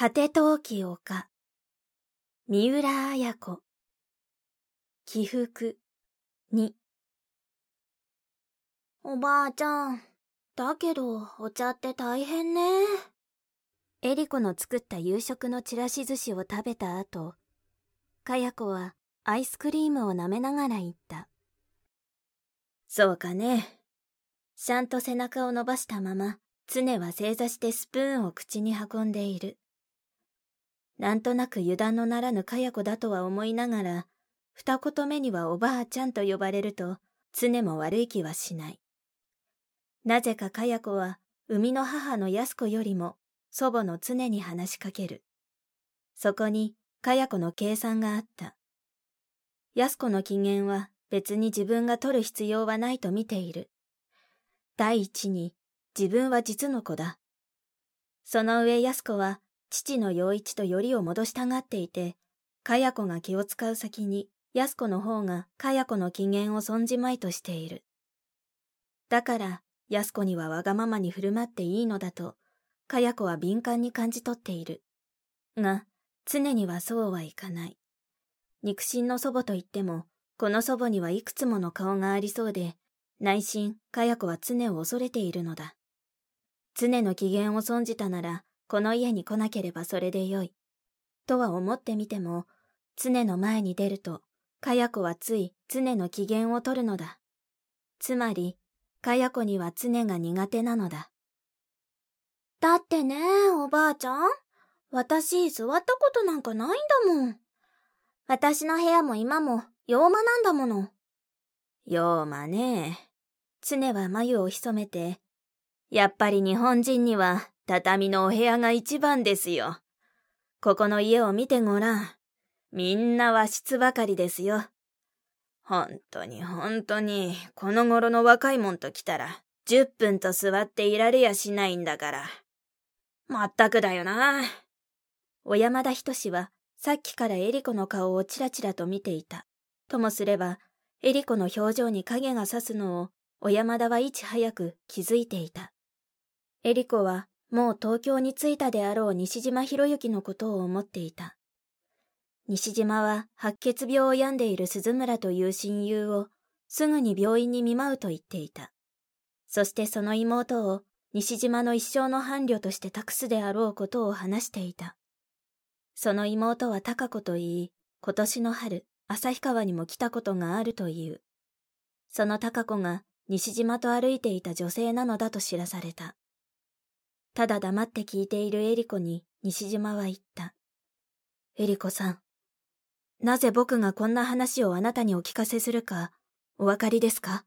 果て遠き丘。三浦綾子。起伏2。おばあちゃん、だけどお茶って大変ね。エリコの作った夕食のちらし寿司を食べた後、かや子はアイスクリームを舐めながら言った。そうかね。ちゃんと背中を伸ばしたまま、常は正座してスプーンを口に運んでいる。なんとなく油断のならぬかや子だとは思いながら、二言目にはおばあちゃんと呼ばれると、常も悪い気はしない。なぜかかや子は、生みの母のやす子よりも、祖母の常に話しかける。そこに、かや子の計算があった。やす子の機嫌は別に自分が取る必要はないと見ている。第一に、自分は実の子だ。その上やす子は、父の陽一とよりを戻したがっていて、かや子が気を使う先に、やす子の方がかや子の機嫌を損じまいとしている。だから、やす子にはわがままに振る舞っていいのだと、かや子は敏感に感じ取っている。が、常にはそうはいかない。肉親の祖母といっても、この祖母にはいくつもの顔がありそうで、内心、かや子は常を恐れているのだ。常の機嫌を損じたなら、この家に来なければそれでよい。とは思ってみても、常の前に出ると、かや子はつい常の機嫌を取るのだ。つまり、かや子には常が苦手なのだ。だってね、おばあちゃん。私、座ったことなんかないんだもん。私の部屋も今も、洋間なんだもの。洋間ね。常は眉を潜めて、やっぱり日本人には、畳のお部屋が一番ですよ。ここの家を見てごらん。みんな和室ばかりですよ。本当に、この頃の若いもんと来たら、10分と座っていられやしないんだから。まったくだよな。小山田仁は、さっきからエリコの顔をちらちらと見ていた。ともすれば、エリコの表情に影が差すのを、小山田はいち早く気づいていた。エリコは、もう東京に着いたであろう西島博之のことを思っていた。西島は白血病を病んでいる鈴村という親友をすぐに病院に見舞うと言っていた。そしてその妹を西島の一生の伴侶として託すであろうことを話していた。その妹は貴子と言い、今年の春、旭川にも来たことがあるという。その貴子が西島と歩いていた女性なのだと知らされた。ただ黙って聞いているエリコに西島は言った。エリコさん、なぜ僕がこんな話をあなたにお聞かせするか、お分かりですか？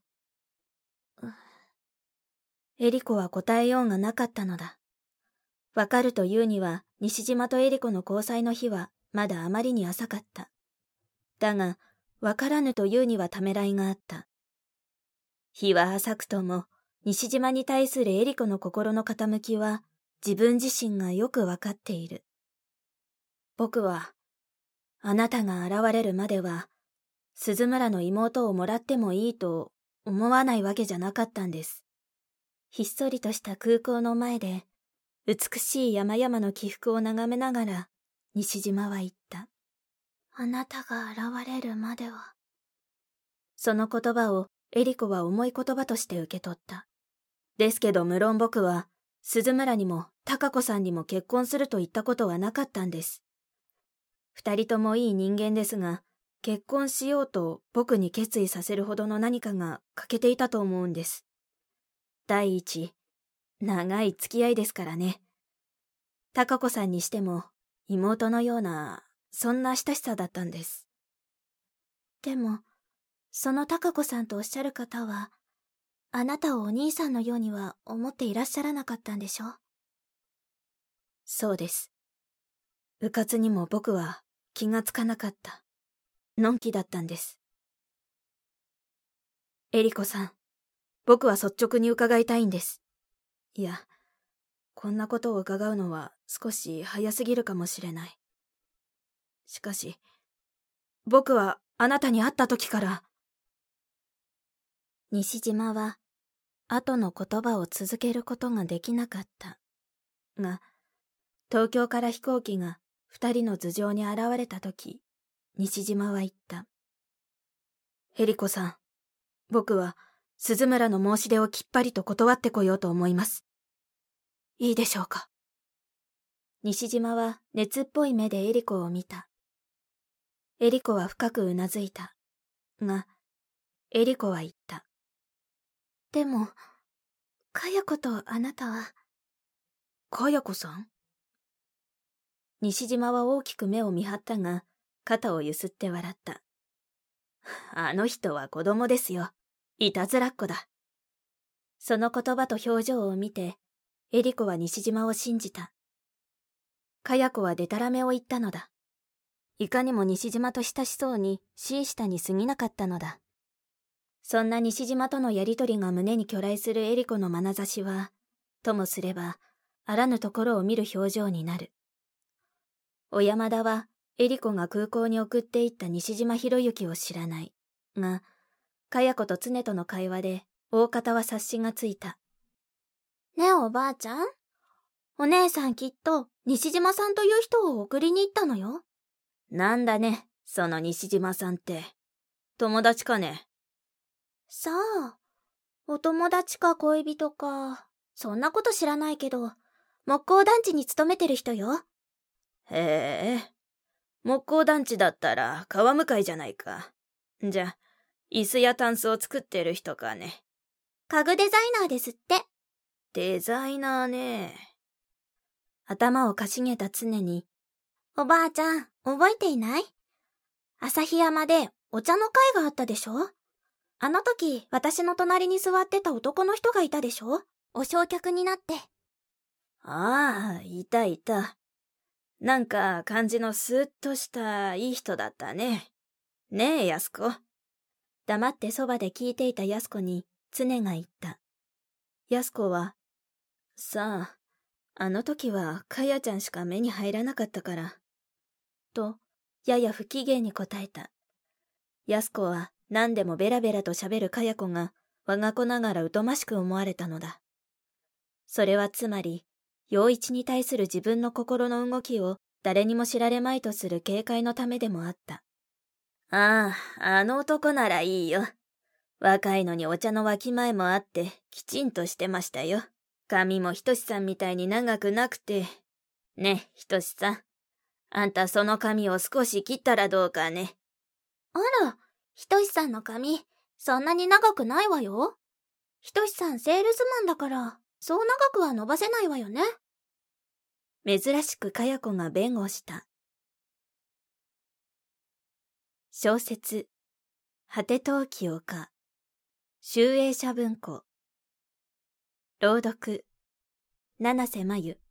エリコは答えようがなかったのだ。わかるというには、西島とエリコの交際の日はまだあまりに浅かった。だが、わからぬというにはためらいがあった。日は浅くとも、西島に対するエリコの心の傾きは、自分自身がよくわかっている。僕は、あなたが現れるまでは、鈴村の妹をもらってもいいと思わないわけじゃなかったんです。ひっそりとした空港の前で、美しい山々の起伏を眺めながら、西島は言った。あなたが現れるまでは。その言葉をエリコは重い言葉として受け取った。ですけど無論僕は、鈴村にも貴子さんにも結婚すると言ったことはなかったんです。二人ともいい人間ですが、結婚しようと僕に決意させるほどの何かが欠けていたと思うんです。第一、長い付き合いですからね。貴子さんにしても妹のような、そんな親しさだったんです。でも、その貴子さんとおっしゃる方は、あなたをお兄さんのようには思っていらっしゃらなかったんでしょ？そうです。うかつにも僕は気がつかなかった。のんきだったんです。エリコさん、僕は率直に伺いたいんです。いや、こんなことを伺うのは少し早すぎるかもしれない。しかし、僕はあなたに会った時から。西島は、後の言葉を続けることができなかった。が、 東京から飛行機が二人の頭上に現れたとき、西島は言った。エリコさん、僕は鈴村の申し出をきっぱりと断ってこようと思います。いいでしょうか。西島は熱っぽい目でエリコを見た。エリコは深くうなずいた。が、エリコは言った。でも、かや子とあなたは。かや子さん？西島は大きく目を見張ったが、肩をゆすって笑った。あの人は子供ですよ。いたずらっ子だ。その言葉と表情を見て、エリコは西島を信じた。かや子はデタラメを言ったのだ。いかにも西島と親しそうにシしたに過ぎなかったのだ。そんな西島とのやりとりが胸に去来するエリコの眼差しは、ともすれば、あらぬところを見る表情になる。小山田は、エリコが空港に送っていった西島博之を知らない。が、かや子と常との会話で、大方は察しがついた。ねえおばあちゃん？お姉さんきっと、西島さんという人を送りに行ったのよ。なんだね、その西島さんって。友達かね？さあ、お友達か恋人か、そんなこと知らないけど、木工団地に勤めてる人よ。へえ、木工団地だったら川向かいじゃないか。じゃ、椅子やタンスを作ってる人かね。家具デザイナーですって。デザイナーね。頭をかしげた常に、おばあちゃん、覚えていない？旭山でお茶の会があったでしょ？あの時、私の隣に座ってた男の人がいたでしょ？お正客になって。ああ、いたいた。なんか感じのスーッとしたいい人だったね。ねえ、安子。黙ってそばで聞いていた安子に常が言った。安子は、さあ、あの時はかやちゃんしか目に入らなかったから。と、やや不機嫌に答えた。安子は何でもベラベラと喋るかや子が我が子ながら疎ましく思われたのだ。それはつまり、陽一に対する自分の心の動きを誰にも知られまいとする警戒のためでもあった。ああ、あの男ならいいよ。若いのにお茶のわきまえもあってきちんとしてましたよ。髪もひとしさんみたいに長くなくて。ね、ひとしさん。あんたその髪を少し切ったらどうかね。あら、ひとしさんの髪、そんなに長くないわよ。ひとしさんセールスマンだから、そう長くは伸ばせないわよね。珍しくかや子が弁護した。小説、果て陶器丘、集英社文庫。朗読、七瀬まゆ。